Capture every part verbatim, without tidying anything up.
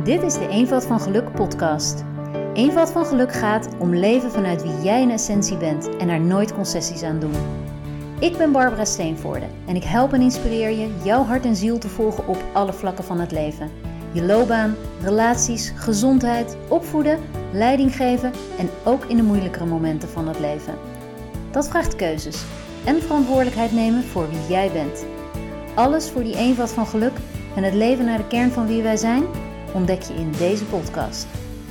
Dit is de Eenvoud van Geluk podcast. Eenvoud van Geluk gaat om leven vanuit wie jij in essentie bent en er nooit concessies aan doen. Ik ben Barbara Steenvoorde en ik help en inspireer je jouw hart en ziel te volgen op alle vlakken van het leven. Je loopbaan, relaties, gezondheid, opvoeden, leiding geven en ook in de moeilijkere momenten van het leven. Dat vraagt keuzes en verantwoordelijkheid nemen voor wie jij bent. Alles voor die eenvoud van geluk en het leven naar de kern van wie wij zijn, ontdek je in deze podcast.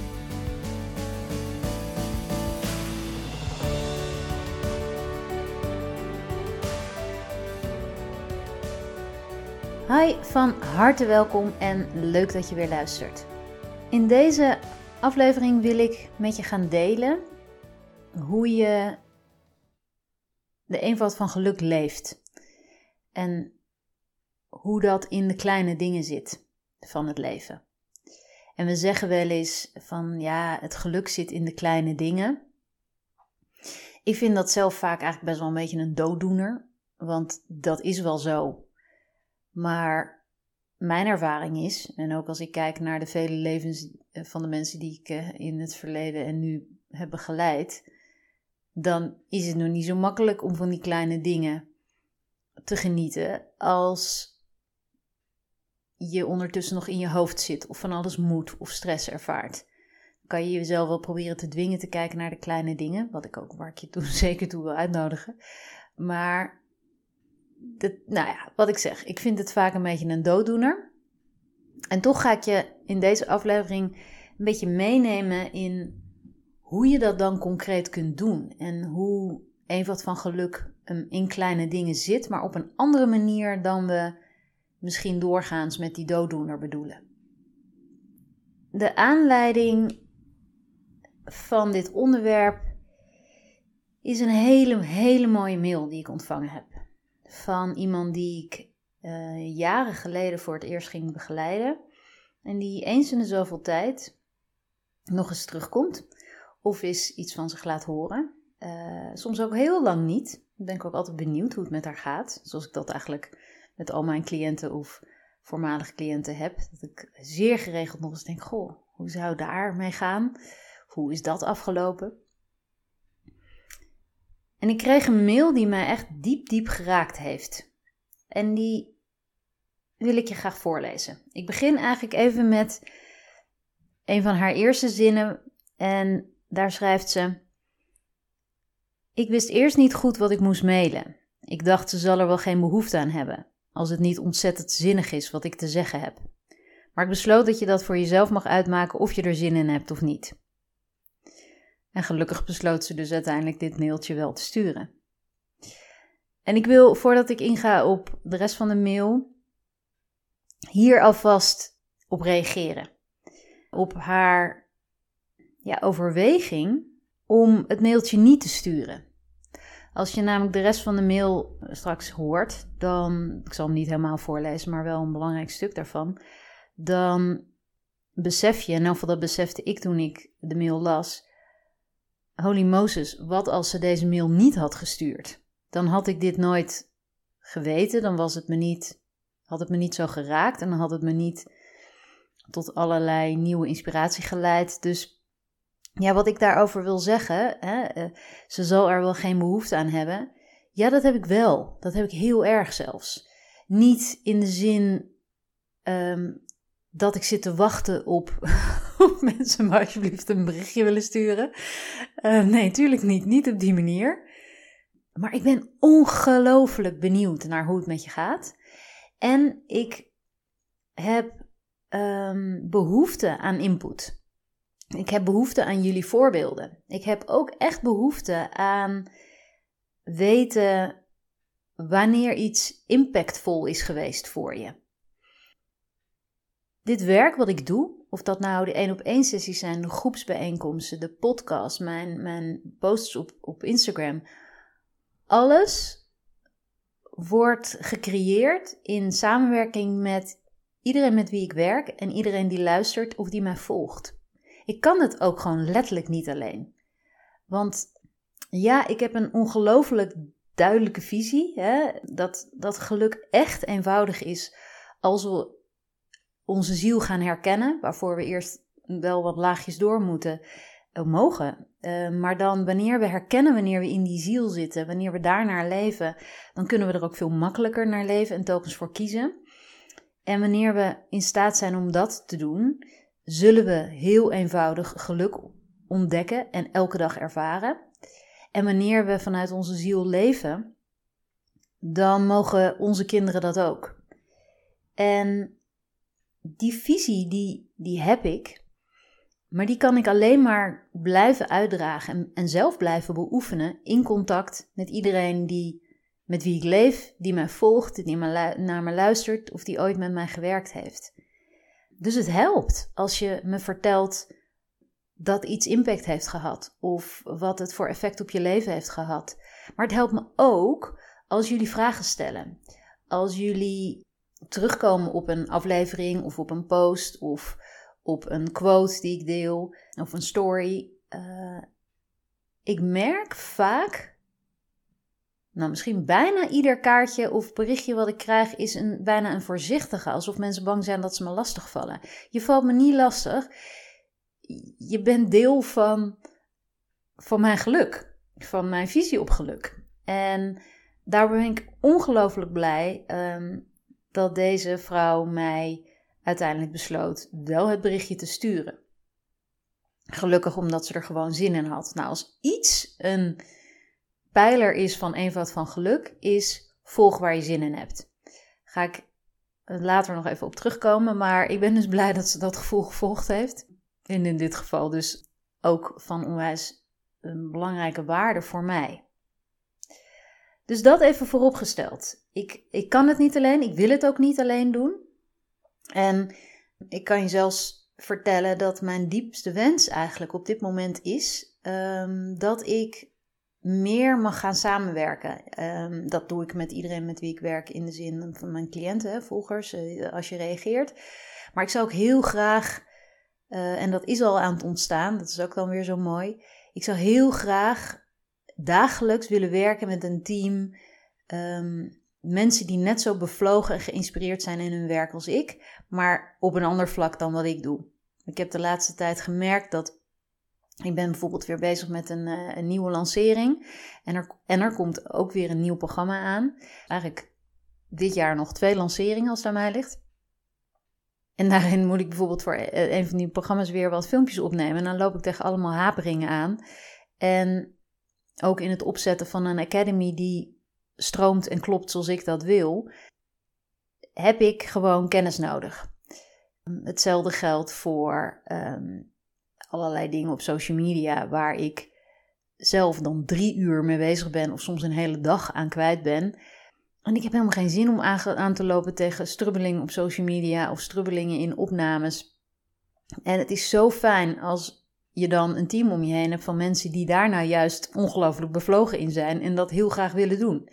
Hi, van harte welkom en leuk dat je weer luistert. In deze aflevering wil ik met je gaan delen hoe je de eenvoud van geluk leeft. En hoe dat in de kleine dingen zit van het leven. En we zeggen wel eens van ja, het geluk zit in de kleine dingen. Ik vind dat zelf vaak eigenlijk best wel een beetje een dooddoener. Want dat is wel zo. Maar mijn ervaring is, en ook als ik kijk naar de vele levens van de mensen die ik in het verleden en nu heb begeleid, dan is het nog niet zo makkelijk om van die kleine dingen te genieten als je ondertussen nog in je hoofd zit of van alles moet of stress ervaart. Dan kan je jezelf wel proberen te dwingen te kijken naar de kleine dingen, wat ik ook waar ik je toe, zeker toe wil uitnodigen. Maar de, nou ja, wat ik zeg, ik vind het vaak een beetje een dooddoener. En toch ga ik je in deze aflevering een beetje meenemen in hoe je dat dan concreet kunt doen. En hoe eenvoud van geluk in kleine dingen zit, maar op een andere manier dan we misschien doorgaans met die dooddoener bedoelen. De aanleiding van dit onderwerp is een hele, hele mooie mail die ik ontvangen heb. Van iemand die ik uh, jaren geleden voor het eerst ging begeleiden. En die eens in de zoveel tijd nog eens terugkomt. Of eens iets van zich laat horen. Uh, soms ook heel lang niet. Dan ben ik ook altijd benieuwd hoe het met haar gaat. Zoals ik dat eigenlijk met al mijn cliënten of voormalige cliënten heb. Dat ik zeer geregeld nog eens denk, goh, hoe zou het daarmee gaan? Hoe is dat afgelopen? En ik kreeg een mail die mij echt diep, diep geraakt heeft. En die wil ik je graag voorlezen. Ik begin eigenlijk even met een van haar eerste zinnen. En daar schrijft ze: Ik wist eerst niet goed wat ik moest mailen. Ik dacht, ze zal er wel geen behoefte aan hebben, als het niet ontzettend zinnig is wat ik te zeggen heb. Maar ik besloot dat je dat voor jezelf mag uitmaken of je er zin in hebt of niet. En gelukkig besloot ze dus uiteindelijk dit mailtje wel te sturen. En ik wil, voordat ik inga op de rest van de mail, hier alvast op reageren. Op haar ja, overweging om het mailtje niet te sturen. Als je namelijk de rest van de mail straks hoort, dan, ik zal hem niet helemaal voorlezen, maar wel een belangrijk stuk daarvan, dan besef je, in ieder geval dat besefte ik toen ik de mail las, Holy Moses, wat als ze deze mail niet had gestuurd? Dan had ik dit nooit geweten, dan was het me niet, had het me niet zo geraakt en dan had het me niet tot allerlei nieuwe inspiratie geleid. Dus ja, wat ik daarover wil zeggen, hè, ze zal er wel geen behoefte aan hebben. Ja, dat heb ik wel. Dat heb ik heel erg zelfs. Niet in de zin um, dat ik zit te wachten op of mensen me alsjeblieft een berichtje willen sturen. Uh, nee, tuurlijk niet. Niet op die manier. Maar ik ben ongelooflijk benieuwd naar hoe het met je gaat. En ik heb um, behoefte aan input. Ik heb behoefte aan jullie voorbeelden. Ik heb ook echt behoefte aan weten wanneer iets impactvol is geweest voor je. Dit werk wat ik doe, of dat nou de één op één sessies zijn, de groepsbijeenkomsten, de podcast, mijn, mijn posts op, op Instagram. Alles wordt gecreëerd in samenwerking met iedereen met wie ik werk en iedereen die luistert of die mij volgt. Ik kan het ook gewoon letterlijk niet alleen. Want ja, ik heb een ongelooflijk duidelijke visie. Hè, dat, dat geluk echt eenvoudig is als we onze ziel gaan herkennen, waarvoor we eerst wel wat laagjes door moeten, uh, mogen. Uh, maar dan wanneer we herkennen, wanneer we in die ziel zitten, wanneer we daarnaar leven, dan kunnen we er ook veel makkelijker naar leven en telkens voor kiezen. En wanneer we in staat zijn om dat te doen, zullen we heel eenvoudig geluk ontdekken en elke dag ervaren. En wanneer we vanuit onze ziel leven, dan mogen onze kinderen dat ook. En die visie, die, die heb ik, maar die kan ik alleen maar blijven uitdragen en, en zelf blijven beoefenen in contact met iedereen die, met wie ik leef, die mij volgt, die me, naar me luistert of die ooit met mij gewerkt heeft. Dus het helpt als je me vertelt dat iets impact heeft gehad of wat het voor effect op je leven heeft gehad. Maar het helpt me ook als jullie vragen stellen, als jullie terugkomen op een aflevering of op een post of op een quote die ik deel of een story. Uh, ik merk vaak, nou misschien bijna ieder kaartje of berichtje wat ik krijg is een, bijna een voorzichtige, alsof mensen bang zijn dat ze me lastig vallen. Je valt me niet lastig, je bent deel van, van mijn geluk, van mijn visie op geluk. En daar ben ik ongelooflijk blij um, dat deze vrouw mij uiteindelijk besloot wel het berichtje te sturen. Gelukkig omdat ze er gewoon zin in had. Nou, als iets een pijler is van eenvoud van geluk, is volg waar je zin in hebt. Ga ik later nog even op terugkomen, maar ik ben dus blij dat ze dat gevoel gevolgd heeft. En in dit geval dus ook van onwijs een belangrijke waarde voor mij. Dus dat even vooropgesteld. Ik, ik kan het niet alleen, ik wil het ook niet alleen doen. En ik kan je zelfs vertellen dat mijn diepste wens eigenlijk op dit moment is um, dat ik meer mag gaan samenwerken. Um, dat doe ik met iedereen met wie ik werk in de zin van mijn cliënten, volgers, uh, als je reageert. Maar ik zou ook heel graag, uh, en dat is al aan het ontstaan, dat is ook dan weer zo mooi. Ik zou heel graag dagelijks willen werken met een team, um, mensen die net zo bevlogen en geïnspireerd zijn in hun werk als ik, maar op een ander vlak dan wat ik doe. Ik heb de laatste tijd gemerkt dat ik ben bijvoorbeeld weer bezig met een, uh, een nieuwe lancering en er, en er komt ook weer een nieuw programma aan. Eigenlijk dit jaar nog twee lanceringen als het aan mij ligt. En daarin moet ik bijvoorbeeld voor een van die programma's weer wat filmpjes opnemen. En dan loop ik tegen allemaal haperingen aan. En ook in het opzetten van een academy die stroomt en klopt zoals ik dat wil, heb ik gewoon kennis nodig. Hetzelfde geldt voor um, allerlei dingen op social media waar ik zelf dan drie uur mee bezig ben of soms een hele dag aan kwijt ben. En ik heb helemaal geen zin om aan te lopen tegen strubbelingen op social media of strubbelingen in opnames. En het is zo fijn als je dan een team om je heen hebt van mensen die daar nou juist ongelooflijk bevlogen in zijn en dat heel graag willen doen.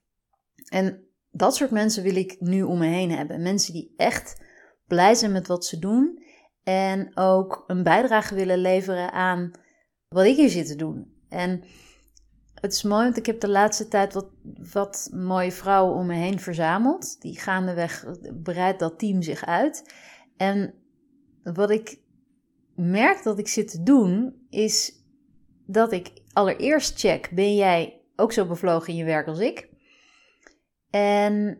En dat soort mensen wil ik nu om me heen hebben. Mensen die echt blij zijn met wat ze doen en ook een bijdrage willen leveren aan wat ik hier zit te doen. En het is mooi, want ik heb de laatste tijd wat, wat mooie vrouwen om me heen verzameld. Die gaandeweg breidt dat team zich uit. En wat ik merk dat ik zit te doen, is dat ik allereerst check, ben jij ook zo bevlogen in je werk als ik? En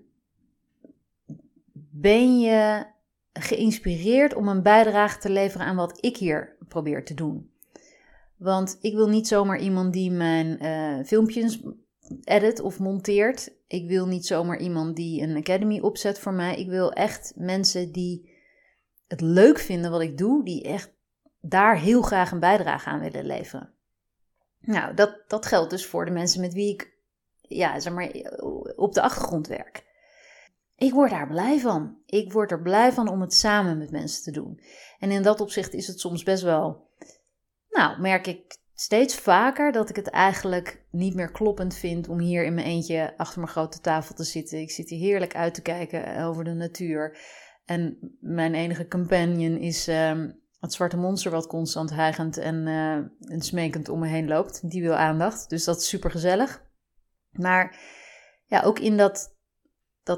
ben je geïnspireerd om een bijdrage te leveren aan wat ik hier probeer te doen? Want ik wil niet zomaar iemand die mijn uh, filmpjes edit of monteert. Ik wil niet zomaar iemand die een academy opzet voor mij. Ik wil echt mensen die het leuk vinden wat ik doe, die echt daar heel graag een bijdrage aan willen leveren. Nou, dat, dat geldt dus voor de mensen met wie ik ja, zeg maar, op de achtergrond werk. Ik word daar blij van. Ik word er blij van om het samen met mensen te doen. En in dat opzicht is het soms best wel, nou, merk ik steeds vaker dat ik het eigenlijk niet meer kloppend vind om hier in mijn eentje achter mijn grote tafel te zitten. Ik zit hier heerlijk uit te kijken over de natuur. En mijn enige companion is uh, het zwarte monster wat constant hijgend en, uh, en smekend om me heen loopt. Die wil aandacht, dus dat is super gezellig. Maar ja, ook in dat, dat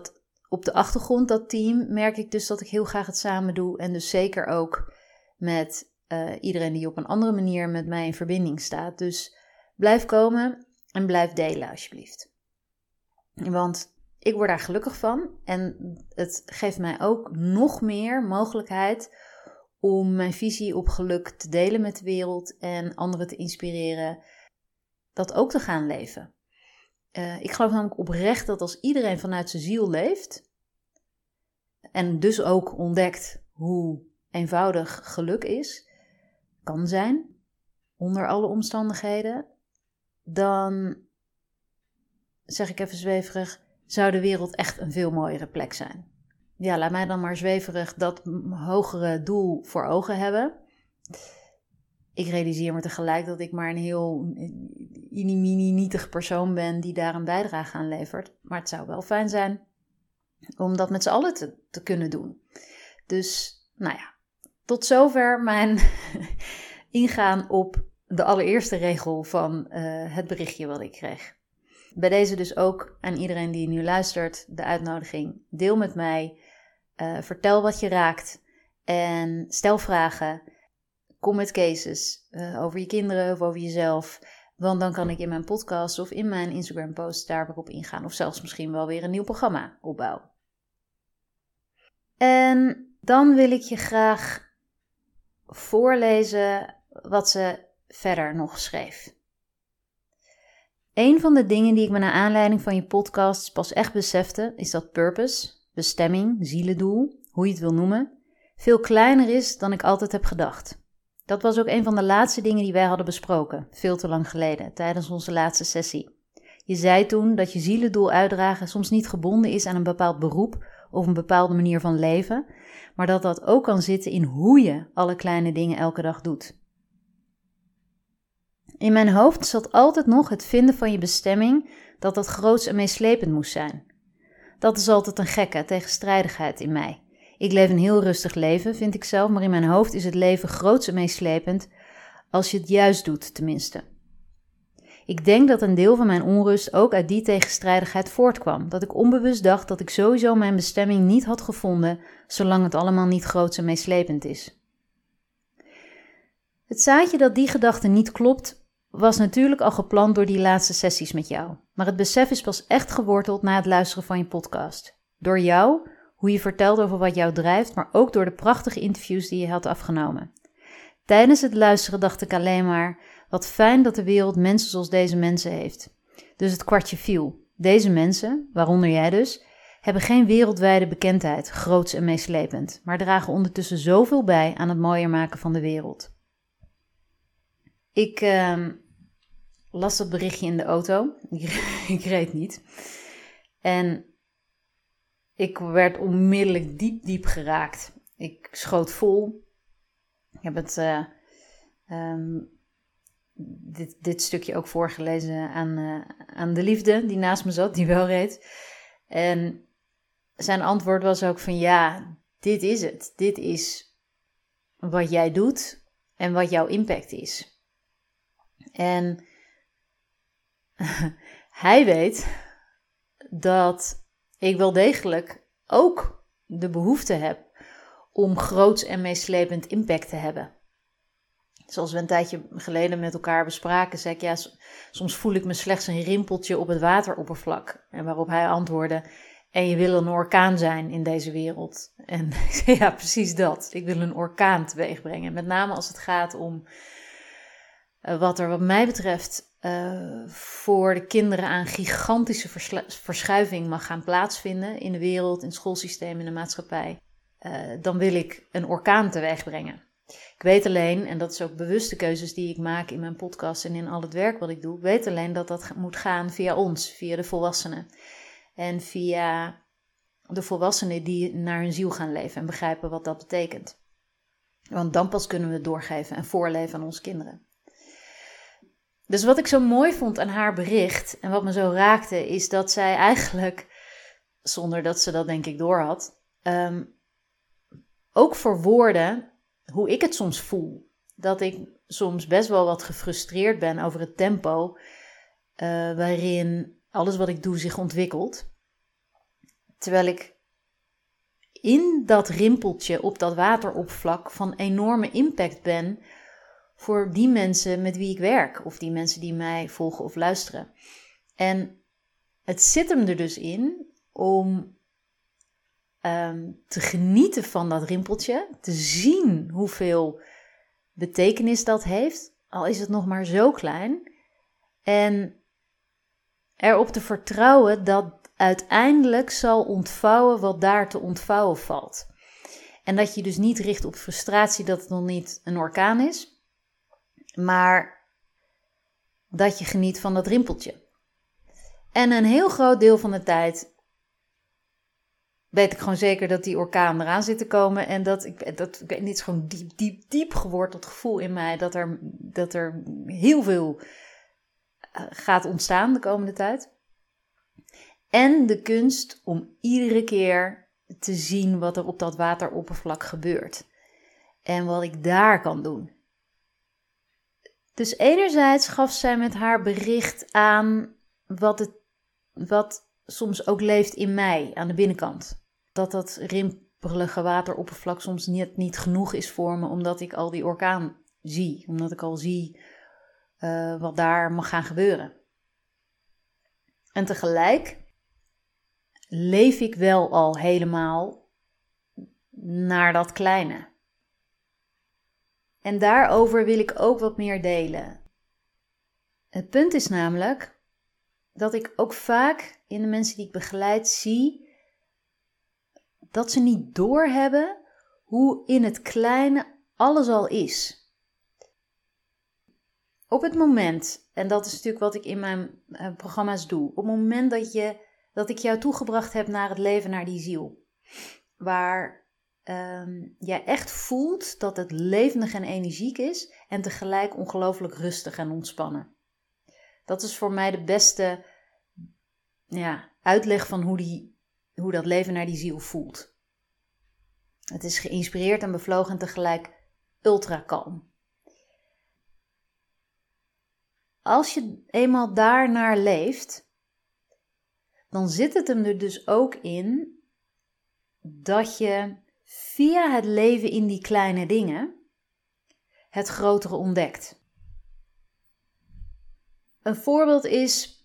op de achtergrond, dat team, merk ik dus dat ik heel graag het samen doe. En dus zeker ook met uh, iedereen die op een andere manier met mij in verbinding staat. Dus blijf komen en blijf delen alsjeblieft. Want ik word daar gelukkig van en het geeft mij ook nog meer mogelijkheid om mijn visie op geluk te delen met de wereld en anderen te inspireren dat ook te gaan leven. Uh, ik geloof namelijk oprecht dat als iedereen vanuit zijn ziel leeft en dus ook ontdekt hoe eenvoudig geluk is, kan zijn, onder alle omstandigheden, dan, zeg ik even zweverig, zou de wereld echt een veel mooiere plek zijn. Ja, laat mij dan maar zweverig dat hogere doel voor ogen hebben. Ik realiseer me tegelijk dat ik maar een heel mini nietig persoon ben die daar een bijdrage aan levert. Maar het zou wel fijn zijn om dat met z'n allen te, te kunnen doen. Dus, nou ja, tot zover mijn ingaan op de allereerste regel van uh, het berichtje wat ik kreeg. Bij deze dus ook aan iedereen die nu luistert de uitnodiging. Deel met mij, uh, vertel wat je raakt en stel vragen. Kom met cases uh, over je kinderen of over jezelf. Want dan kan ik in mijn podcast of in mijn Instagram post daar weer op ingaan. Of zelfs misschien wel weer een nieuw programma opbouwen. En dan wil ik je graag voorlezen wat ze verder nog schreef. Een van de dingen die ik me naar aanleiding van je podcast pas echt besefte, is dat purpose, bestemming, zielendoel, hoe je het wil noemen, veel kleiner is dan ik altijd heb gedacht. Dat was ook een van de laatste dingen die wij hadden besproken, veel te lang geleden, tijdens onze laatste sessie. Je zei toen dat je zielendoel uitdragen soms niet gebonden is aan een bepaald beroep of een bepaalde manier van leven, maar dat dat ook kan zitten in hoe je alle kleine dingen elke dag doet. In mijn hoofd zat altijd nog het vinden van je bestemming dat dat groots en meeslepend moest zijn. Dat is altijd een gekke tegenstrijdigheid in mij. Ik leef een heel rustig leven, vind ik zelf, maar in mijn hoofd is het leven groots en meeslepend als je het juist doet, tenminste. Ik denk dat een deel van mijn onrust ook uit die tegenstrijdigheid voortkwam, dat ik onbewust dacht dat ik sowieso mijn bestemming niet had gevonden, zolang het allemaal niet groots en meeslepend is. Het zaadje dat die gedachte niet klopt, was natuurlijk al geplant door die laatste sessies met jou. Maar het besef is pas echt geworteld na het luisteren van je podcast. Door jou, hoe je vertelt over wat jou drijft, maar ook door de prachtige interviews die je had afgenomen. Tijdens het luisteren dacht ik alleen maar, wat fijn dat de wereld mensen zoals deze mensen heeft. Dus het kwartje viel. Deze mensen, waaronder jij dus, hebben geen wereldwijde bekendheid, groots en meeslepend, maar dragen ondertussen zoveel bij aan het mooier maken van de wereld. Ik uh, las dat berichtje in de auto. Ik, ik reed niet. En ik werd onmiddellijk diep, diep geraakt. Ik schoot vol. Ik heb het, uh, um, dit, dit stukje ook voorgelezen aan, uh, aan de liefde die naast me zat, die wel reed. En zijn antwoord was ook van ja, dit is het. Dit is wat jij doet en wat jouw impact is. En hij weet dat ik wel degelijk ook de behoefte heb om groots en meeslepend impact te hebben. Zoals we een tijdje geleden met elkaar bespraken, zei ik, ja, soms voel ik me slechts een rimpeltje op het wateroppervlak. En waarop hij antwoordde, en je wil een orkaan zijn in deze wereld. En ik zei, ja, precies dat. Ik wil een orkaan teweeg brengen. Met name als het gaat om uh, wat er wat mij betreft uh, voor de kinderen aan gigantische versla- verschuiving mag gaan plaatsvinden in de wereld, in het schoolsysteem, in de maatschappij. Uh, dan wil ik een orkaan teweeg brengen. Ik weet alleen, en dat is ook bewuste keuzes die ik maak in mijn podcast en in al het werk wat ik doe, ik weet alleen dat dat moet gaan via ons, via de volwassenen. En via de volwassenen die naar hun ziel gaan leven en begrijpen wat dat betekent. Want dan pas kunnen we het doorgeven en voorleven aan onze kinderen. Dus wat ik zo mooi vond aan haar bericht en wat me zo raakte, is dat zij eigenlijk, zonder dat ze dat denk ik doorhad, um, ook verwoordde hoe ik het soms voel. Dat ik soms best wel wat gefrustreerd ben over het tempo uh, waarin alles wat ik doe zich ontwikkelt. Terwijl ik in dat rimpeltje op dat wateroppervlak van enorme impact ben voor die mensen met wie ik werk of die mensen die mij volgen of luisteren. En het zit hem er dus in om um, te genieten van dat rimpeltje, te zien hoeveel betekenis dat heeft, al is het nog maar zo klein, en erop te vertrouwen dat uiteindelijk zal ontvouwen wat daar te ontvouwen valt. En dat je dus niet richt op frustratie dat het nog niet een orkaan is, maar dat je geniet van dat rimpeltje. En een heel groot deel van de tijd weet ik gewoon zeker dat die orkaan eraan zit te komen. En dat ik, dat, ik weet niet, het is gewoon diep, diep, diep geworteld gevoel in mij dat er, dat er heel veel gaat ontstaan de komende tijd. En de kunst om iedere keer te zien wat er op dat wateroppervlak gebeurt. En wat ik daar kan doen. Dus enerzijds gaf zij met haar bericht aan wat, het, wat soms ook leeft in mij aan de binnenkant. Dat dat rimpelige wateroppervlak soms niet, niet genoeg is voor me, omdat ik al die orkaan zie. Omdat ik al zie uh, wat daar mag gaan gebeuren. En tegelijk leef ik wel al helemaal naar dat kleine. En daarover wil ik ook wat meer delen. Het punt is namelijk dat ik ook vaak in de mensen die ik begeleid zie dat ze niet doorhebben hoe in het kleine alles al is. Op het moment, en dat is natuurlijk wat ik in mijn uh, programma's doe, op het moment dat, je, dat ik jou toegebracht heb naar het leven, naar die ziel, waar um, jij echt voelt dat het levendig en energiek is en tegelijk ongelooflijk rustig en ontspannen. Dat is voor mij de beste ja, uitleg van hoe, die, hoe dat leven naar die ziel voelt. Het is geïnspireerd en bevlogen en tegelijk ultra kalm. Als je eenmaal daarnaar leeft, dan zit het hem er dus ook in dat je via het leven in die kleine dingen het grotere ontdekt. Een voorbeeld is,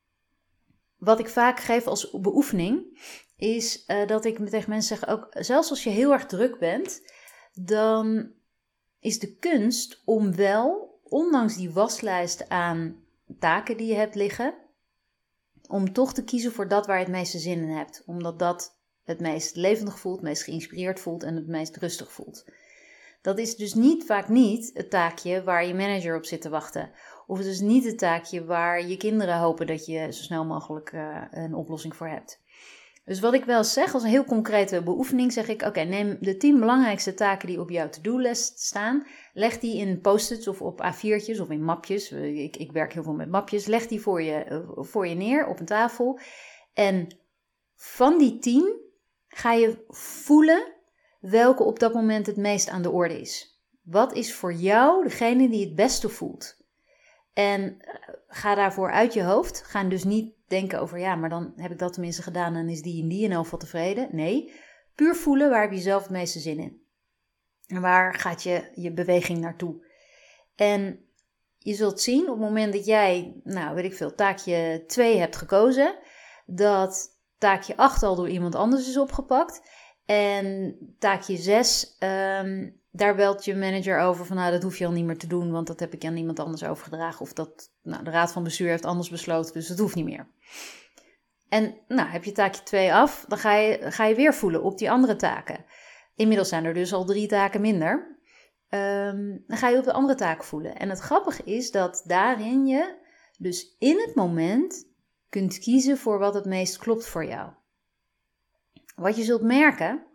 wat ik vaak geef als beoefening, is uh, dat ik tegen mensen zeg, ook zelfs als je heel erg druk bent, dan is de kunst om wel, ondanks die waslijst aan taken die je hebt liggen, om toch te kiezen voor dat waar je het meeste zin in hebt. Omdat dat het meest levendig voelt, het meest geïnspireerd voelt en het meest rustig voelt. Dat is dus niet, vaak niet het taakje waar je manager op zit te wachten. Of het is niet het taakje waar je kinderen hopen dat je zo snel mogelijk uh, een oplossing voor hebt. Dus wat ik wel zeg, als een heel concrete beoefening, zeg ik, oké, okay, neem de tien belangrijkste taken die op jouw to-do-list staan, leg die in post-its of op A viertjes of in mapjes. Ik, ik werk heel veel met mapjes. Leg die voor je, uh, voor je neer op een tafel. En van die tien ga je voelen welke op dat moment het meest aan de orde is. Wat is voor jou degene die het beste voelt? En ga daarvoor uit je hoofd. Ga dus niet denken over, ja, maar dan heb ik dat tenminste gedaan en is die en die in elk geval tevreden. Nee, puur voelen, waar heb je zelf het meeste zin in? En waar gaat je, je beweging naartoe? En je zult zien, op het moment dat jij, nou weet ik veel, taakje twee hebt gekozen, dat taakje acht al door iemand anders is opgepakt. En taakje zes, um, daar belt je manager over van, nou, dat hoef je al niet meer te doen, want dat heb ik aan iemand anders overgedragen. Of dat, nou, de raad van bestuur heeft anders besloten, dus dat hoeft niet meer. En nou, heb je taakje twee af, dan ga je, ga je weer voelen op die andere taken. Inmiddels zijn er dus al drie taken minder. Um, dan ga je op de andere taken voelen. En het grappige is dat daarin je dus in het moment kunt kiezen voor wat het meest klopt voor jou. Wat je zult merken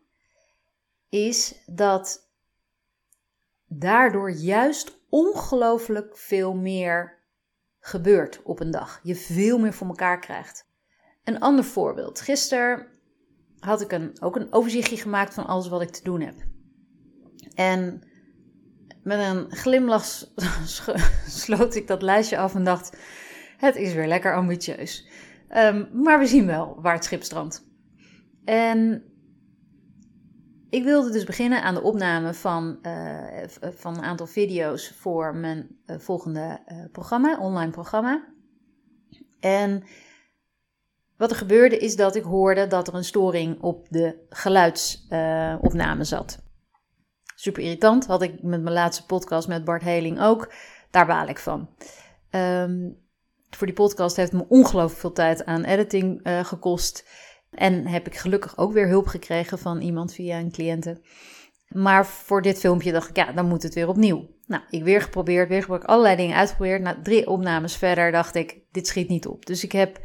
is dat daardoor juist ongelooflijk veel meer gebeurt op een dag. Je veel meer voor elkaar krijgt. Een ander voorbeeld. Gisteren had ik een, ook een overzichtje gemaakt van alles wat ik te doen heb. En met een glimlach sloot ik dat lijstje af en dacht, het is weer lekker ambitieus. Um, maar we zien wel waar het schip strandt. En ik wilde dus beginnen aan de opname van, uh, van een aantal video's voor mijn uh, volgende uh, programma, online programma. En wat er gebeurde is dat ik hoorde dat er een storing op de geluidsopname uh, zat. Super irritant, had ik met mijn laatste podcast met Bart Heling ook. Daar baal ik van. Um, voor die podcast heeft me ongelooflijk veel tijd aan editing uh, gekost. En heb ik gelukkig ook weer hulp gekregen van iemand via een cliënte. Maar voor dit filmpje dacht ik, ja, dan moet het weer opnieuw. Nou, ik weer geprobeerd, weer geprobeerd, allerlei dingen uitgeprobeerd. Na drie opnames verder dacht ik, dit schiet niet op. Dus ik heb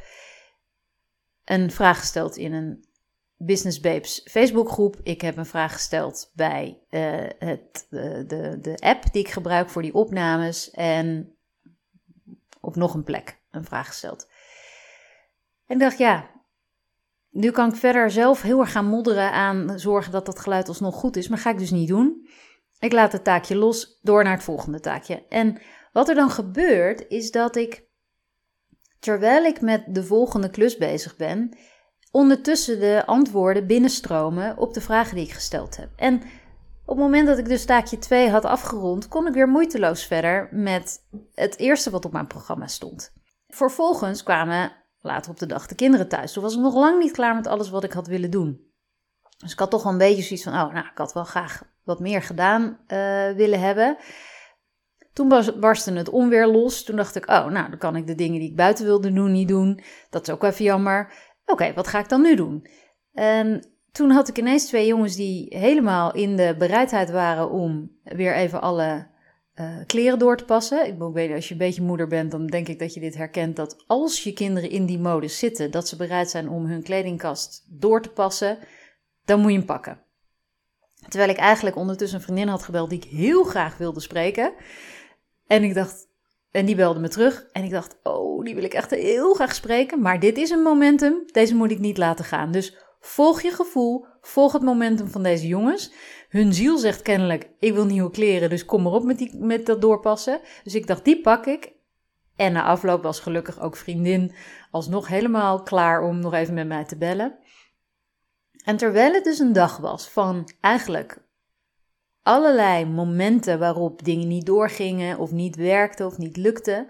een vraag gesteld in een Business Babes Facebookgroep. Ik heb een vraag gesteld bij uh, het, de, de, de app die ik gebruik voor die opnames. En op nog een plek een vraag gesteld. En ik dacht, ja, nu kan ik verder zelf heel erg gaan modderen aan zorgen dat dat geluid alsnog goed is. Maar ga ik dus niet doen. Ik laat het taakje los, door naar het volgende taakje. En wat er dan gebeurt, is dat ik, terwijl ik met de volgende klus bezig ben, ondertussen de antwoorden binnenstromen op de vragen die ik gesteld heb. En op het moment dat ik dus taakje twee had afgerond, kon ik weer moeiteloos verder met het eerste wat op mijn programma stond. Vervolgens kwamen later op de dag de kinderen thuis. Toen was ik nog lang niet klaar met alles wat ik had willen doen. Dus ik had toch wel een beetje zoiets van, oh, nou, ik had wel graag wat meer gedaan uh, willen hebben. Toen barstte het onweer los. Toen dacht ik, oh, nou, dan kan ik de dingen die ik buiten wilde doen niet doen. Dat is ook even jammer. Oké, okay, wat ga ik dan nu doen? En toen had ik ineens twee jongens die helemaal in de bereidheid waren om weer even alle uh, kleren door te passen. Ik weet, als je een beetje moeder bent, dan denk ik dat je dit herkent. Dat als je kinderen in die modus zitten, dat ze bereid zijn om hun kledingkast door te passen, dan moet je hem pakken. Terwijl ik eigenlijk ondertussen een vriendin had gebeld die ik heel graag wilde spreken. En ik dacht, en die belde me terug. En ik dacht, oh, die wil ik echt heel graag spreken. Maar dit is een momentum, deze moet ik niet laten gaan. Dus volg je gevoel, volg het momentum van deze jongens. Hun ziel zegt kennelijk, ik wil nieuwe kleren, dus kom maar op met, die, met dat doorpassen. Dus ik dacht, die pak ik. En na afloop was gelukkig ook vriendin alsnog helemaal klaar om nog even met mij te bellen. En terwijl het dus een dag was van eigenlijk allerlei momenten waarop dingen niet doorgingen of niet werkten of niet lukten,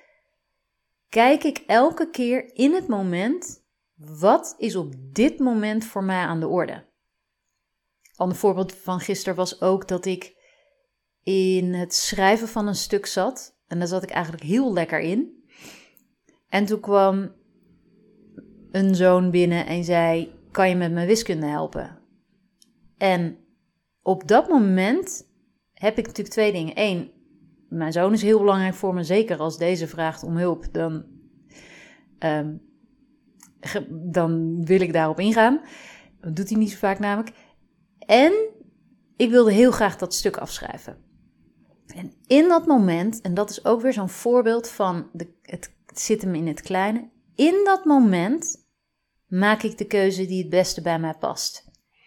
kijk ik elke keer in het moment, wat is op dit moment voor mij aan de orde? Een ander voorbeeld van gisteren was ook dat ik in het schrijven van een stuk zat. En daar zat ik eigenlijk heel lekker in. En toen kwam een zoon binnen en zei, kan je met mijn wiskunde helpen? En op dat moment heb ik natuurlijk twee dingen. Eén, mijn zoon is heel belangrijk voor me. Zeker als deze vraagt om hulp, dan, um, ge, dan wil ik daarop ingaan. Dat doet hij niet zo vaak namelijk. En ik wilde heel graag dat stuk afschrijven. En in dat moment, en dat is ook weer zo'n voorbeeld van, de, het zit hem in het kleine. In dat moment maak ik de keuze die het beste bij mij past.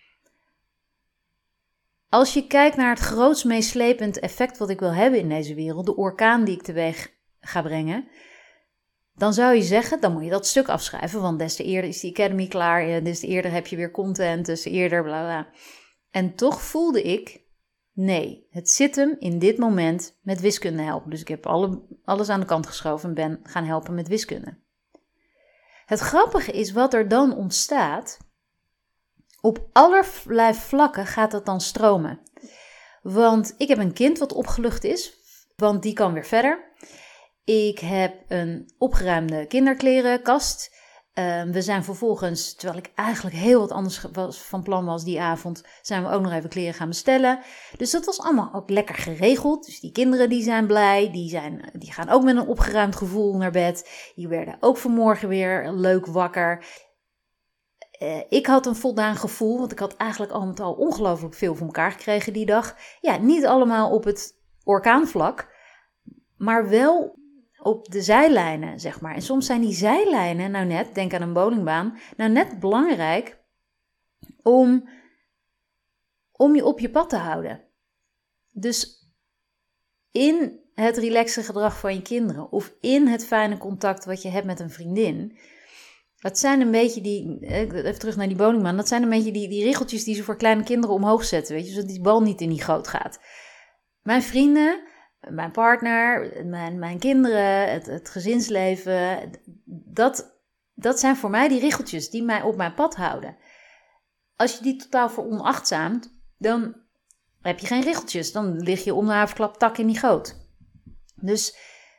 Als je kijkt naar het grootst meeslepend effect wat ik wil hebben in deze wereld, de orkaan die ik teweeg ga brengen, dan zou je zeggen, dan moet je dat stuk afschrijven, want des te eerder is die academy klaar, des te eerder heb je weer content, des te eerder bla bla. En toch voelde ik, nee, het zit hem in dit moment met wiskunde helpen. Dus ik heb alle, alles aan de kant geschoven en ben gaan helpen met wiskunde. Het grappige is wat er dan ontstaat. Op allerlei vlakken gaat het dan stromen. Want ik heb een kind wat opgelucht is, want die kan weer verder. Ik heb een opgeruimde kinderklerenkast. Uh, we zijn vervolgens, terwijl ik eigenlijk heel wat anders was, van plan was die avond, zijn we ook nog even kleren gaan bestellen. Dus dat was allemaal ook lekker geregeld. Dus die kinderen die zijn blij, die, zijn, die gaan ook met een opgeruimd gevoel naar bed. Die werden ook vanmorgen weer leuk wakker. Uh, ik had een voldaan gevoel, want ik had eigenlijk al met al ongelooflijk veel voor elkaar gekregen die dag. Ja, niet allemaal op het orkaanvlak, maar wel op de zijlijnen, zeg maar. En soms zijn die zijlijnen, nou net, denk aan een bowlingbaan, nou net belangrijk om, om je op je pad te houden. Dus in het relaxe gedrag van je kinderen of in het fijne contact wat je hebt met een vriendin, Dat zijn een beetje die, even terug naar die bowlingman, dat zijn een beetje die, die richeltjes die ze voor kleine kinderen omhoog zetten, weet je, zodat die bal niet in die goot gaat. Mijn vrienden, mijn partner, mijn, mijn kinderen, het, het gezinsleven, dat, dat zijn voor mij die richeltjes die mij op mijn pad houden. Als je die totaal veronachtzaamt, dan heb je geen richeltjes, dan lig je om de haverklap tak in die goot. Dus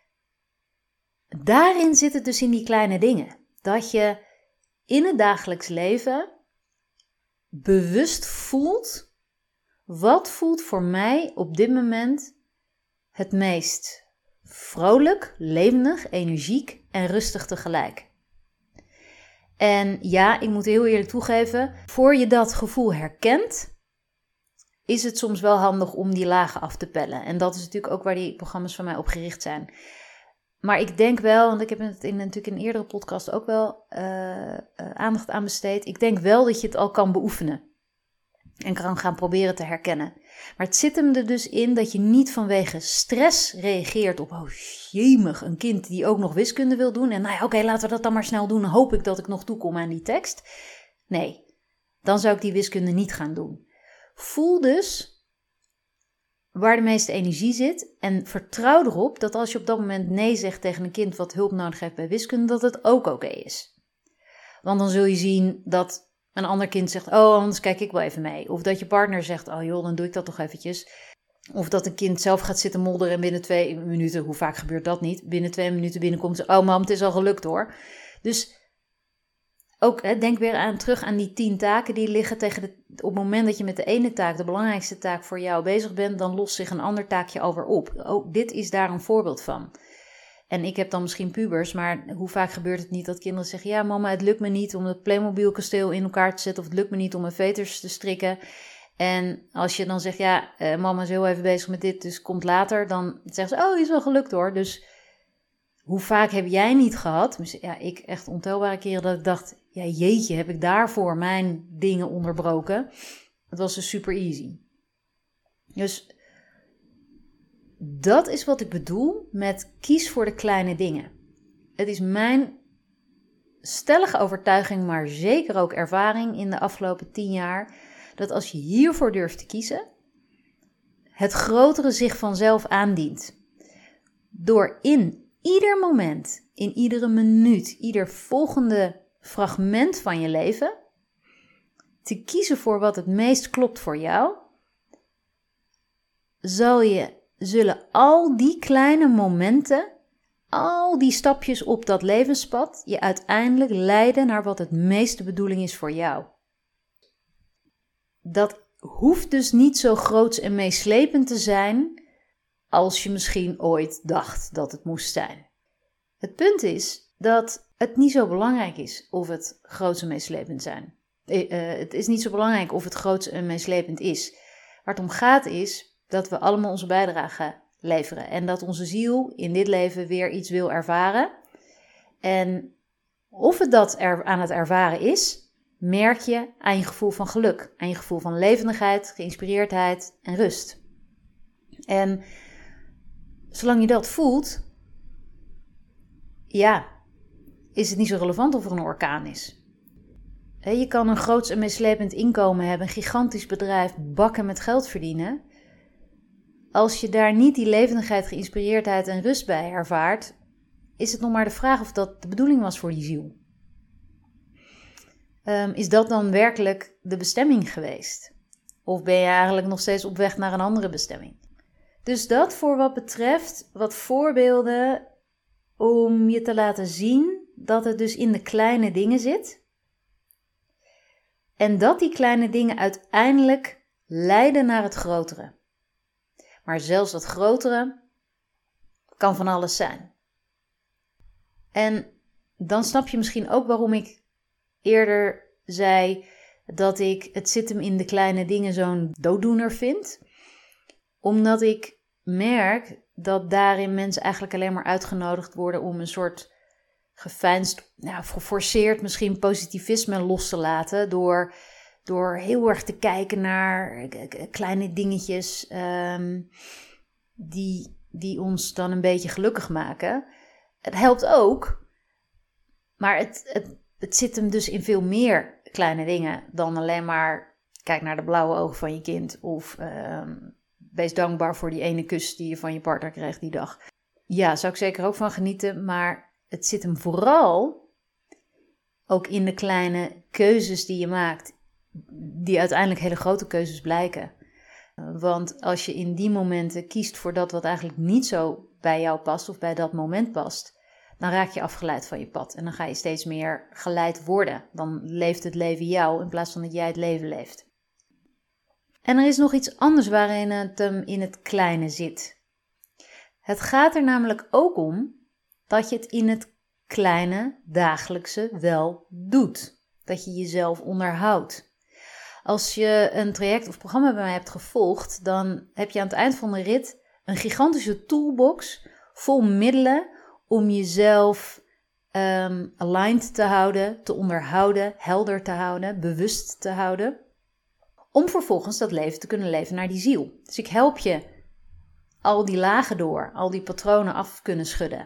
daarin zit het dus in die kleine dingen. Dat je in het dagelijks leven bewust voelt, wat voelt voor mij op dit moment het meest vrolijk, levendig, energiek en rustig tegelijk. En ja, ik moet heel eerlijk toegeven, voor je dat gevoel herkent, is het soms wel handig om die lagen af te pellen. En dat is natuurlijk ook waar die programma's van mij op gericht zijn. Maar ik denk wel, want ik heb het in natuurlijk in een eerdere podcast ook wel uh, uh, aandacht aan besteed. Ik denk wel dat je het al kan beoefenen. En kan gaan proberen te herkennen. Maar het zit hem er dus in dat je niet vanwege stress reageert op, oh jemig, een kind die ook nog wiskunde wil doen. En nou ja, oké, okay, laten we dat dan maar snel doen. Dan hoop ik dat ik nog toekom aan die tekst. Nee, dan zou ik die wiskunde niet gaan doen. Voel dus waar de meeste energie zit en vertrouw erop dat als je op dat moment nee zegt tegen een kind wat hulp nodig heeft bij wiskunde, dat het ook oké is. Want dan zul je zien dat een ander kind zegt, oh, anders kijk ik wel even mee. Of dat je partner zegt, oh joh, dan doe ik dat toch eventjes. Of dat een kind zelf gaat zitten modderen en binnen twee minuten, hoe vaak gebeurt dat niet, binnen twee minuten binnenkomt ze, oh mam, het is al gelukt hoor. Dus ook, hè, denk weer aan, terug aan die tien taken die liggen tegen de, op het moment dat je met de ene taak, de belangrijkste taak voor jou bezig bent, dan lost zich een ander taakje alweer op. Ook dit is daar een voorbeeld van. En ik heb dan misschien pubers, maar hoe vaak gebeurt het niet dat kinderen zeggen, ja mama, het lukt me niet om het Playmobil kasteel in elkaar te zetten, of het lukt me niet om mijn veters te strikken. En als je dan zegt, ja, uh, mama is heel even bezig met dit, dus komt later, dan zeggen ze, oh, is wel gelukt hoor. Dus hoe vaak heb jij niet gehad, ja, ik echt ontelbare keren dat ik dacht, ja jeetje, heb ik daarvoor mijn dingen onderbroken. Het was dus super easy. Dus dat is wat ik bedoel met kies voor de kleine dingen. Het is mijn stellige overtuiging, maar zeker ook ervaring in de afgelopen tien jaar, dat als je hiervoor durft te kiezen, het grotere zich vanzelf aandient. Door in ieder moment, in iedere minuut, ieder volgende fragment van je leven, te kiezen voor wat het meest klopt voor jou, zal je, zullen al die kleine momenten, al die stapjes op dat levenspad, je uiteindelijk leiden naar wat het meeste bedoeling is voor jou. Dat hoeft dus niet zo groots en meeslepend te zijn als je misschien ooit dacht dat het moest zijn. Het punt is dat het niet zo belangrijk is of het groots en meeslepend zijn. Uh, het is niet zo belangrijk of het groots en meeslepend is. Waar het om gaat is dat we allemaal onze bijdrage leveren. En dat onze ziel in dit leven weer iets wil ervaren. En of het dat er aan het ervaren is, merk je aan je gevoel van geluk. Aan je gevoel van levendigheid, geïnspireerdheid en rust. En zolang je dat voelt, ja, is het niet zo relevant of er een orkaan is. Je kan een groots en meeslepend inkomen hebben, een gigantisch bedrijf, bakken met geld verdienen. Als je daar niet die levendigheid, geïnspireerdheid en rust bij ervaart, is het nog maar de vraag of dat de bedoeling was voor die ziel. Um, is dat dan werkelijk de bestemming geweest? Of ben je eigenlijk nog steeds op weg naar een andere bestemming? Dus dat voor wat betreft wat voorbeelden om je te laten zien dat het dus in de kleine dingen zit. En dat die kleine dingen uiteindelijk leiden naar het grotere. Maar zelfs dat grotere kan van alles zijn. En dan snap je misschien ook waarom ik eerder zei dat ik het zit hem in de kleine dingen zo'n dooddoener vind. Omdat ik merk dat daarin mensen eigenlijk alleen maar uitgenodigd worden om een soort geveinsd, nou, geforceerd misschien positivisme los te laten. Door, door heel erg te kijken naar kleine dingetjes um, die, die ons dan een beetje gelukkig maken. Het helpt ook, maar het, het, het zit hem dus in veel meer kleine dingen dan alleen maar kijk naar de blauwe ogen van je kind of uh, wees dankbaar voor die ene kus die je van je partner kreeg die dag. Ja, zou ik zeker ook van genieten, maar het zit hem vooral ook in de kleine keuzes die je maakt, die uiteindelijk hele grote keuzes blijken. Want als je in die momenten kiest voor dat wat eigenlijk niet zo bij jou past of bij dat moment past, dan raak je afgeleid van je pad. En dan ga je steeds meer geleid worden. Dan leeft het leven jou in plaats van dat jij het leven leeft. En er is nog iets anders waarin het hem in het kleine zit. Het gaat er namelijk ook om dat je het in het kleine dagelijkse wel doet. Dat je jezelf onderhoudt. Als je een traject of programma bij mij hebt gevolgd, dan heb je aan het eind van de rit een gigantische toolbox vol middelen om jezelf um, aligned te houden, te onderhouden, helder te houden, bewust te houden. Om vervolgens dat leven te kunnen leven naar die ziel. Dus ik help je al die lagen door, al die patronen af kunnen schudden.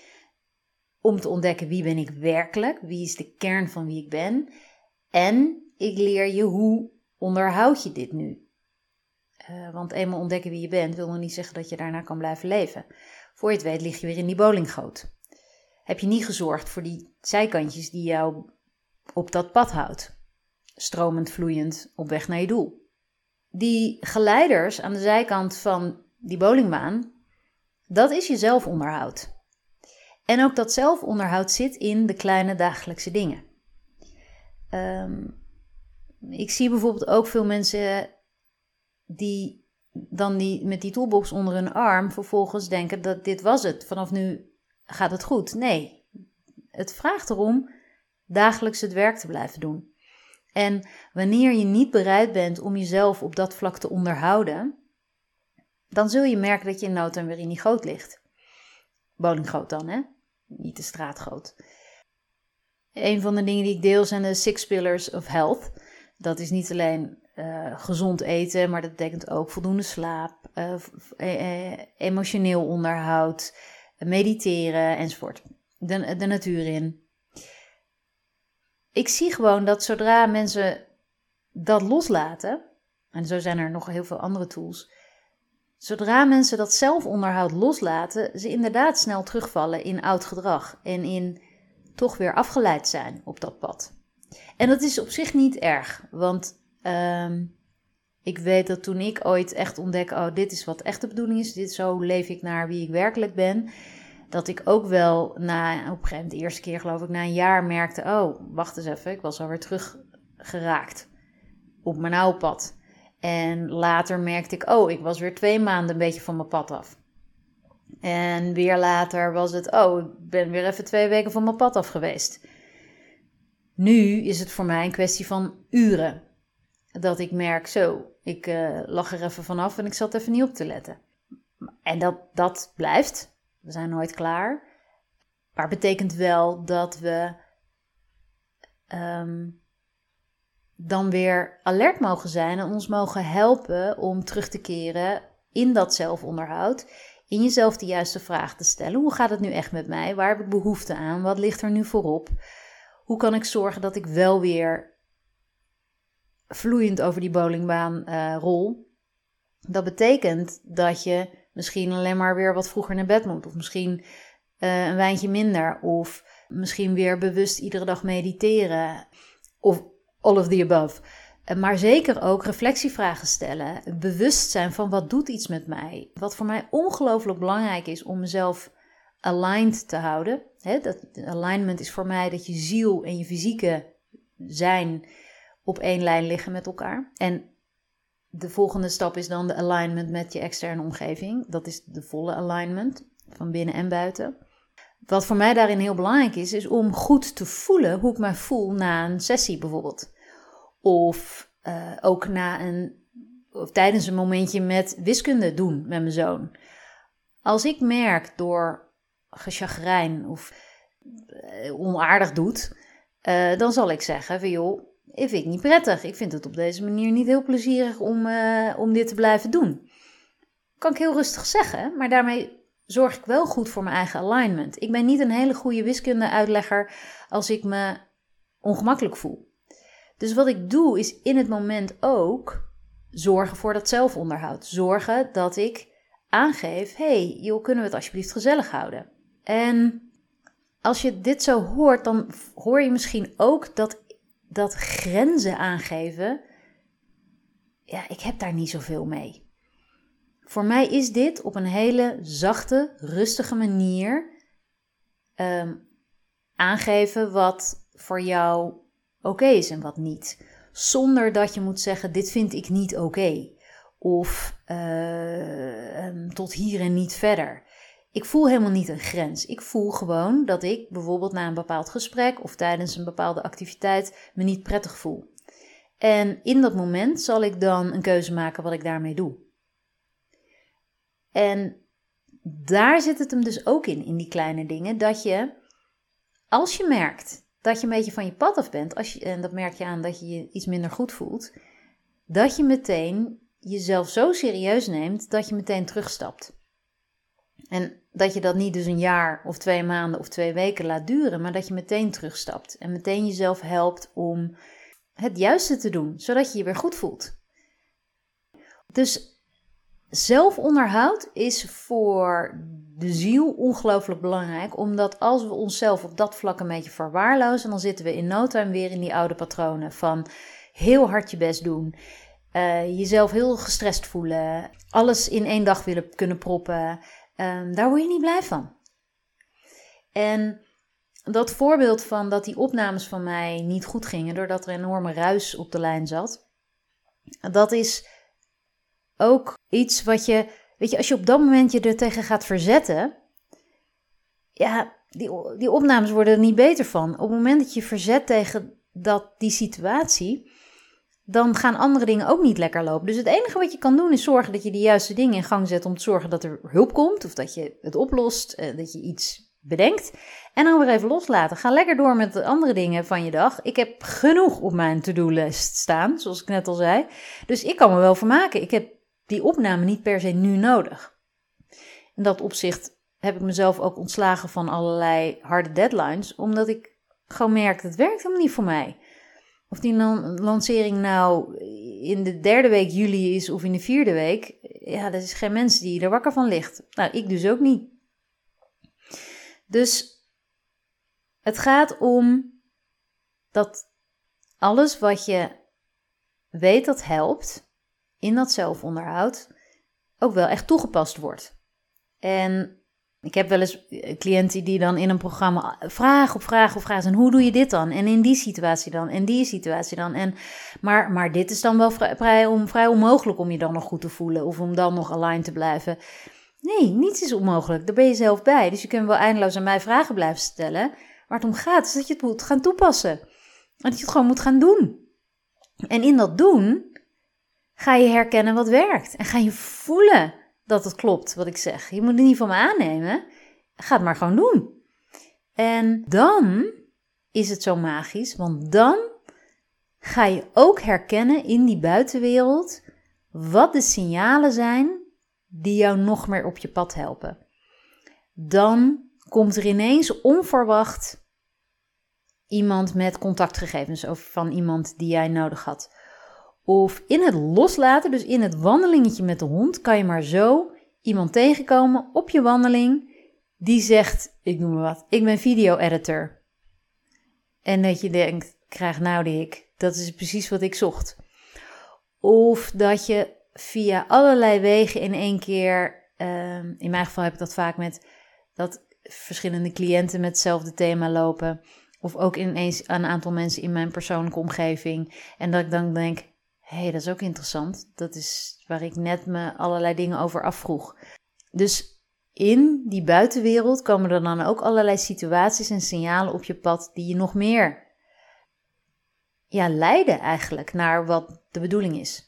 Om te ontdekken wie ben ik werkelijk, wie is de kern van wie ik ben. En ik leer je hoe onderhoud je dit nu. Uh, want eenmaal ontdekken wie je bent wil nog niet zeggen dat je daarna kan blijven leven. Voor je het weet lig je weer in die bowlinggoot. Heb je niet gezorgd voor die zijkantjes die jou op dat pad houdt. Stromend, vloeiend, op weg naar je doel. Die geleiders aan de zijkant van die bowlingbaan, dat is je zelfonderhoud. En ook dat zelfonderhoud zit in de kleine dagelijkse dingen. Um, ik zie bijvoorbeeld ook veel mensen die dan die, met die toolbox onder hun arm vervolgens denken dat dit was het. Vanaf nu gaat het goed. Nee, het vraagt erom dagelijks het werk te blijven doen. En wanneer je niet bereid bent om jezelf op dat vlak te onderhouden, dan zul je merken dat je in no time weer in die goot ligt. Bowlinggoot dan, hè? Niet de straatgoot. Een van de dingen die ik deel zijn de Six Pillars of Health. Dat is niet alleen uh, gezond eten, maar dat betekent ook voldoende slaap, uh, uh, emotioneel onderhoud, mediteren enzovoort. De, de natuur in. Ik zie gewoon dat zodra mensen dat loslaten, en zo zijn er nog heel veel andere tools, zodra mensen dat zelfonderhoud loslaten, ze inderdaad snel terugvallen in oud gedrag en in toch weer afgeleid zijn op dat pad. En dat is op zich niet erg, want uh, ik weet dat toen ik ooit echt ontdekte, oh, dit is wat echt de bedoeling is, dit zo leef ik naar wie ik werkelijk ben, dat ik ook wel na, op een gegeven moment de eerste keer geloof ik, na een jaar merkte, oh, wacht eens even, ik was alweer teruggeraakt op mijn oude pad. En later merkte ik, oh, ik was weer twee maanden een beetje van mijn pad af. En weer later was het, oh, ik ben weer even twee weken van mijn pad af geweest. Nu is het voor mij een kwestie van uren. Dat ik merk, zo, ik uh, lag er even vanaf en ik zat even niet op te letten. En dat, dat blijft. We zijn nooit klaar. Maar het betekent wel dat we um, dan weer alert mogen zijn en ons mogen helpen om terug te keren in dat zelfonderhoud. In jezelf de juiste vraag te stellen. Hoe gaat het nu echt met mij? Waar heb ik behoefte aan? Wat ligt er nu voorop? Hoe kan ik zorgen dat ik wel weer vloeiend over die bowlingbaan uh, rol? Dat betekent dat je misschien alleen maar weer wat vroeger naar bed moet. Of misschien uh, een wijntje minder. Of misschien weer bewust iedere dag mediteren. Of all of the above. Uh, maar zeker ook reflectievragen stellen. Bewust zijn van wat doet iets met mij. Wat voor mij ongelooflijk belangrijk is om mezelf aligned te houden. He, dat, alignment is voor mij dat je ziel en je fysieke zijn op één lijn liggen met elkaar. En de volgende stap is dan de alignment met je externe omgeving. Dat is de volle alignment van binnen en buiten. Wat voor mij daarin heel belangrijk is, is om goed te voelen hoe ik me voel na een sessie bijvoorbeeld. Of uh, ook na een, of tijdens een momentje met wiskunde doen met mijn zoon. Als ik merk door gechagrijn of uh, onaardig doet, uh, dan zal ik zeggen van joh, ik vind het niet prettig. Ik vind het op deze manier niet heel plezierig om, uh, om dit te blijven doen. Kan ik heel rustig zeggen, maar daarmee zorg ik wel goed voor mijn eigen alignment. Ik ben niet een hele goede wiskunde-uitlegger als ik me ongemakkelijk voel. Dus wat ik doe is in het moment ook zorgen voor dat zelfonderhoud. Zorgen dat ik aangeef, hey, joh, kunnen we het alsjeblieft gezellig houden? En als je dit zo hoort, dan hoor je misschien ook dat, dat grenzen aangeven, ja, ik heb daar niet zoveel mee. Voor mij is dit op een hele zachte, rustige manier um, aangeven wat voor jou oké is en wat niet. Zonder dat je moet zeggen, dit vind ik niet oké. Of uh, um, tot hier en niet verder. Ik voel helemaal niet een grens. Ik voel gewoon dat ik bijvoorbeeld na een bepaald gesprek of tijdens een bepaalde activiteit me niet prettig voel. En in dat moment zal ik dan een keuze maken wat ik daarmee doe. En daar zit het hem dus ook in, in die kleine dingen, dat je, als je merkt dat je een beetje van je pad af bent, als je, en dat merk je aan dat je je iets minder goed voelt, dat je meteen jezelf zo serieus neemt dat je meteen terugstapt. En dat je dat niet dus een jaar of twee maanden of twee weken laat duren, maar dat je meteen terugstapt en meteen jezelf helpt om het juiste te doen, zodat je je weer goed voelt. Dus zelfonderhoud is voor de ziel ongelooflijk belangrijk, omdat als we onszelf op dat vlak een beetje verwaarlozen, dan zitten we in no time weer in die oude patronen van heel hard je best doen, uh, jezelf heel gestrest voelen, alles in één dag willen kunnen proppen. Um, daar word je niet blij van. En dat voorbeeld van dat die opnames van mij niet goed gingen, doordat er een enorme ruis op de lijn zat, dat is ook iets wat je, weet je, als je op dat moment je er tegen gaat verzetten, ja, die, die opnames worden er niet beter van. Op het moment dat je verzet tegen dat, die situatie, dan gaan andere dingen ook niet lekker lopen. Dus het enige wat je kan doen is zorgen dat je de juiste dingen in gang zet om te zorgen dat er hulp komt, of dat je het oplost, dat je iets bedenkt. En dan weer even loslaten. Ga lekker door met de andere dingen van je dag. Ik heb genoeg op mijn to-do-list staan, zoals ik net al zei. Dus ik kan me wel vermaken. Ik heb die opname niet per se nu nodig. In dat opzicht heb ik mezelf ook ontslagen van allerlei harde deadlines, omdat ik gewoon merk, het werkt helemaal niet voor mij. Of die lancering nou in de derde week juli is of in de vierde week, ja, er is geen mens die er wakker van ligt. Nou, ik dus ook niet. Dus het gaat om dat alles wat je weet dat helpt in dat zelfonderhoud ook wel echt toegepast wordt. En ik heb wel eens cliënten die dan in een programma vraag op vraag op vraag zijn. Hoe doe je dit dan? En in die situatie dan? En die situatie dan? En, maar, maar dit is dan wel vrij, vrij, on, vrij onmogelijk om je dan nog goed te voelen. Of om dan nog aligned te blijven. Nee, niets is onmogelijk. Daar ben je zelf bij. Dus je kunt wel eindeloos aan mij vragen blijven stellen. Waar het om gaat is dat je het moet gaan toepassen. En dat je het gewoon moet gaan doen. En in dat doen ga je herkennen wat werkt. En ga je voelen dat het klopt wat ik zeg. Je moet het niet van me aannemen. Ga het maar gewoon doen. En dan is het zo magisch. Want dan ga je ook herkennen in die buitenwereld wat de signalen zijn die jou nog meer op je pad helpen. Dan komt er ineens onverwacht iemand met contactgegevens of van iemand die jij nodig had. Of in het loslaten, dus in het wandelingetje met de hond, kan je maar zo iemand tegenkomen op je wandeling die zegt, ik noem maar wat, ik ben video-editor. En dat je denkt, krijg nou die ik, dat is precies wat ik zocht. Of dat je via allerlei wegen in één keer, uh, in mijn geval heb ik dat vaak met dat verschillende cliënten met hetzelfde thema lopen. Of ook ineens een aantal mensen in mijn persoonlijke omgeving. En dat ik dan denk, hé, hey, dat is ook interessant. Dat is waar ik net me allerlei dingen over afvroeg. Dus in die buitenwereld komen er dan ook allerlei situaties en signalen op je pad die je nog meer ja, leiden eigenlijk naar wat de bedoeling is.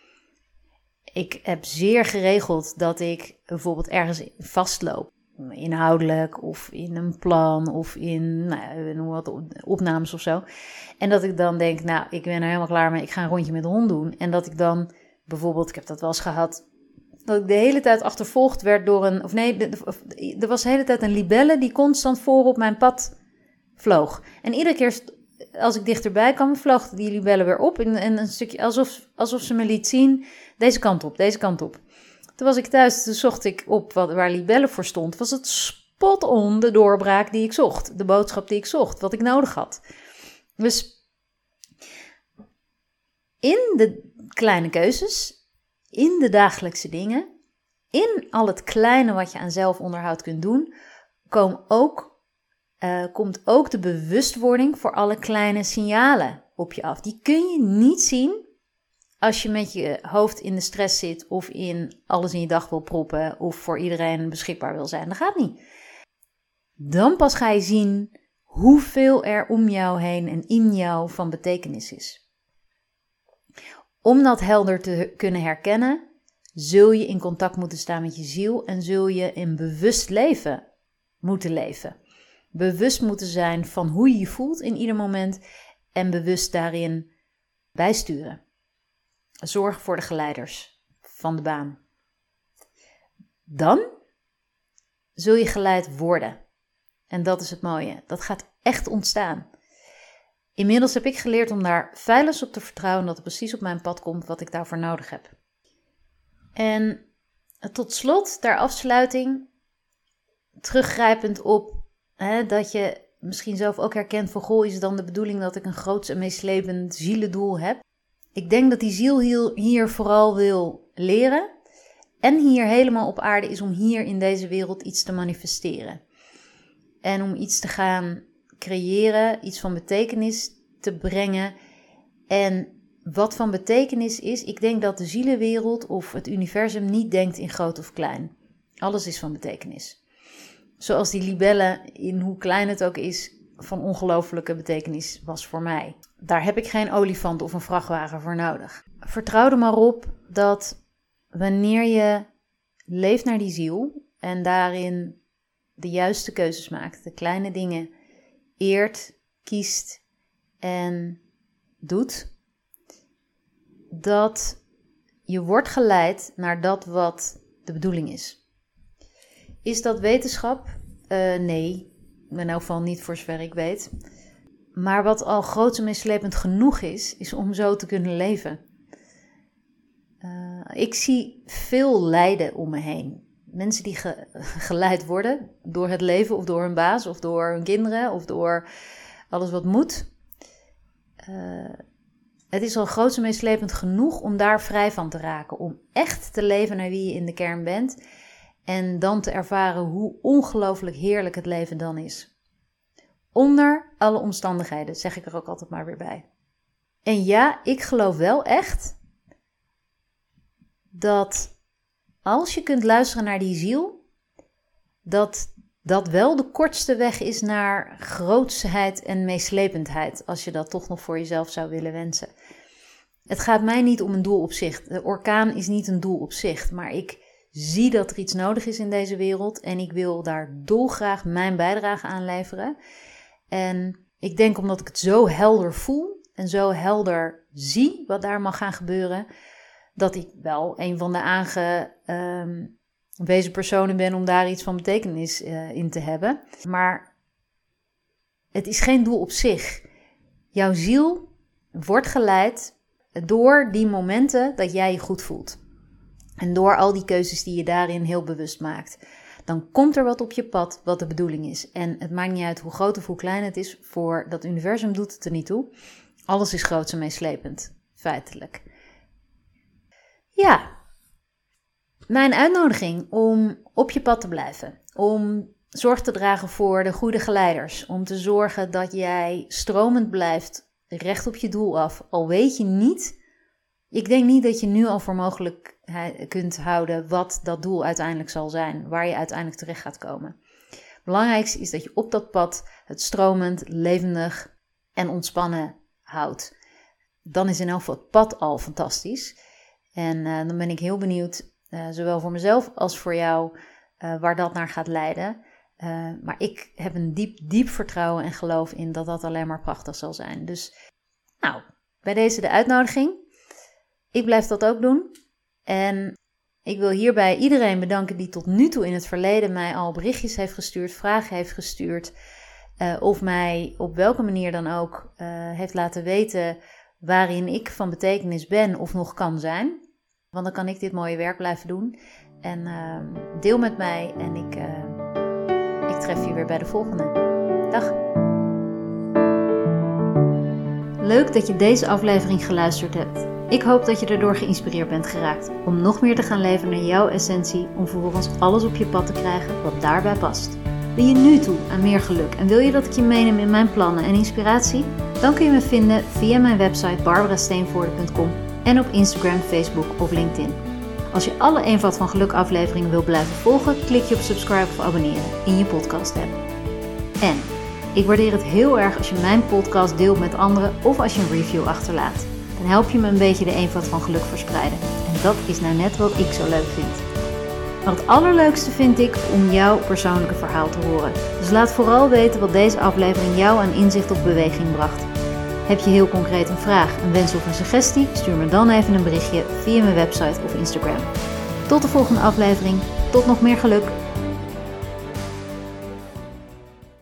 Ik heb zeer geregeld dat ik bijvoorbeeld ergens vastloop. Inhoudelijk of in een plan of in nou, wat opnames of zo. En dat ik dan denk, nou, ik ben er helemaal klaar mee. Ik ga een rondje met de hond doen. En dat ik dan bijvoorbeeld, ik heb dat wel eens gehad, dat ik de hele tijd achtervolgd werd door een, of nee, er was de hele tijd een libelle die constant voor op mijn pad vloog. En iedere keer als ik dichterbij kwam, vlogen die libellen weer op. En, en een stukje alsof, alsof ze me liet zien, deze kant op, deze kant op. Toen was ik thuis, toen zocht ik op wat, waar libellen voor stond. Was het spot on de doorbraak die ik zocht. De boodschap die ik zocht, wat ik nodig had. Dus in de kleine keuzes, in de dagelijkse dingen, in al het kleine wat je aan zelfonderhoud kunt doen, kom ook, uh, komt ook de bewustwording voor alle kleine signalen op je af. Die kun je niet zien als je met je hoofd in de stress zit of in alles in je dag wil proppen of voor iedereen beschikbaar wil zijn. Dat gaat niet. Dan pas ga je zien hoeveel er om jou heen en in jou van betekenis is. Om dat helder te kunnen herkennen, zul je in contact moeten staan met je ziel en zul je in bewust leven moeten leven. Bewust moeten zijn van hoe je je voelt in ieder moment en bewust daarin bijsturen. Zorg voor de geleiders van de baan. Dan zul je geleid worden. En dat is het mooie. Dat gaat echt ontstaan. Inmiddels heb ik geleerd om daar veilig op te vertrouwen dat er precies op mijn pad komt wat ik daarvoor nodig heb. En tot slot, ter afsluiting, teruggrijpend op hè, dat je misschien zelf ook herkent van goh, is het dan de bedoeling dat ik een groots en meeslepend zielendoel heb? Ik denk dat die ziel hier vooral wil leren en hier helemaal op aarde is om hier in deze wereld iets te manifesteren. En om iets te gaan creëren, iets van betekenis te brengen. En wat van betekenis is, ik denk dat de zielenwereld of het universum niet denkt in groot of klein. Alles is van betekenis. Zoals die libellen, in hoe klein het ook is, van ongelofelijke betekenis was voor mij. Daar heb ik geen olifant of een vrachtwagen voor nodig. Vertrouw er maar op dat wanneer je leeft naar die ziel en daarin de juiste keuzes maakt, de kleine dingen eert, kiest en doet, dat je wordt geleid naar dat wat de bedoeling is. Is dat wetenschap? Uh, nee, in elk geval niet voor zover ik weet. Maar wat al groots en meeslepend genoeg is, is om zo te kunnen leven. Uh, ik zie veel lijden om me heen. Mensen die ge- geleid worden door het leven of door hun baas of door hun kinderen of door alles wat moet. Uh, het is al groots en meeslepend genoeg om daar vrij van te raken. Om echt te leven naar wie je in de kern bent. En dan te ervaren hoe ongelooflijk heerlijk het leven dan is. Onder alle omstandigheden, zeg ik er ook altijd maar weer bij. En ja, ik geloof wel echt dat als je kunt luisteren naar die ziel, dat dat wel de kortste weg is naar grootsheid en meeslependheid, als je dat toch nog voor jezelf zou willen wensen. Het gaat mij niet om een doel op zich. De orkaan is niet een doel op zich, maar ik zie dat er iets nodig is in deze wereld en ik wil daar dolgraag mijn bijdrage aan leveren. En ik denk omdat ik het zo helder voel en zo helder zie wat daar mag gaan gebeuren, dat ik wel een van de aangewezen personen ben om daar iets van betekenis uh, in te hebben. Maar het is geen doel op zich. Jouw ziel wordt geleid door die momenten dat jij je goed voelt. En door al die keuzes die je daarin heel bewust maakt. Dan komt er wat op je pad wat de bedoeling is. En het maakt niet uit hoe groot of hoe klein het is. Voor dat universum doet het er niet toe. Alles is groots en meeslepend. Feitelijk. Ja. Mijn uitnodiging om op je pad te blijven. Om zorg te dragen voor de goede geleiders. Om te zorgen dat jij stromend blijft. Recht op je doel af. Al weet je niet. Ik denk niet dat je nu al voor mogelijk kunt houden wat dat doel uiteindelijk zal zijn. Waar je uiteindelijk terecht gaat komen. Het belangrijkste is dat je op dat pad het stromend, levendig en ontspannen houdt. Dan is in elk geval het pad al fantastisch. En uh, dan ben ik heel benieuwd, uh, zowel voor mezelf als voor jou, uh, waar dat naar gaat leiden. Uh, maar ik heb een diep, diep vertrouwen en geloof in dat dat alleen maar prachtig zal zijn. Dus nou, bij deze de uitnodiging. Ik blijf dat ook doen. En ik wil hierbij iedereen bedanken die tot nu toe in het verleden mij al berichtjes heeft gestuurd, vragen heeft gestuurd. Uh, of mij op welke manier dan ook uh, heeft laten weten waarin ik van betekenis ben of nog kan zijn. Want dan kan ik dit mooie werk blijven doen. En uh, deel met mij en ik, uh, ik tref je weer bij de volgende. Dag! Leuk dat je deze aflevering geluisterd hebt. Ik hoop dat je erdoor geïnspireerd bent geraakt om nog meer te gaan leven naar jouw essentie, om vervolgens alles op je pad te krijgen wat daarbij past. Ben je nu toe aan meer geluk en wil je dat ik je meeneem in mijn plannen en inspiratie? Dan kun je me vinden via mijn website barbara steenvoorde punt com en op Instagram, Facebook of LinkedIn. Als je alle Eenvoud van Geluk afleveringen wil blijven volgen, klik je op subscribe of abonneren in je podcast app. En ik waardeer het heel erg als je mijn podcast deelt met anderen of als je een review achterlaat. Dan help je me een beetje de Eenvoud van Geluk verspreiden. En dat is nou net wat ik zo leuk vind. Maar het allerleukste vind ik om jouw persoonlijke verhaal te horen. Dus laat vooral weten wat deze aflevering jou aan inzicht of beweging bracht. Heb je heel concreet een vraag, een wens of een suggestie? Stuur me dan even een berichtje via mijn website of Instagram. Tot de volgende aflevering. Tot nog meer geluk.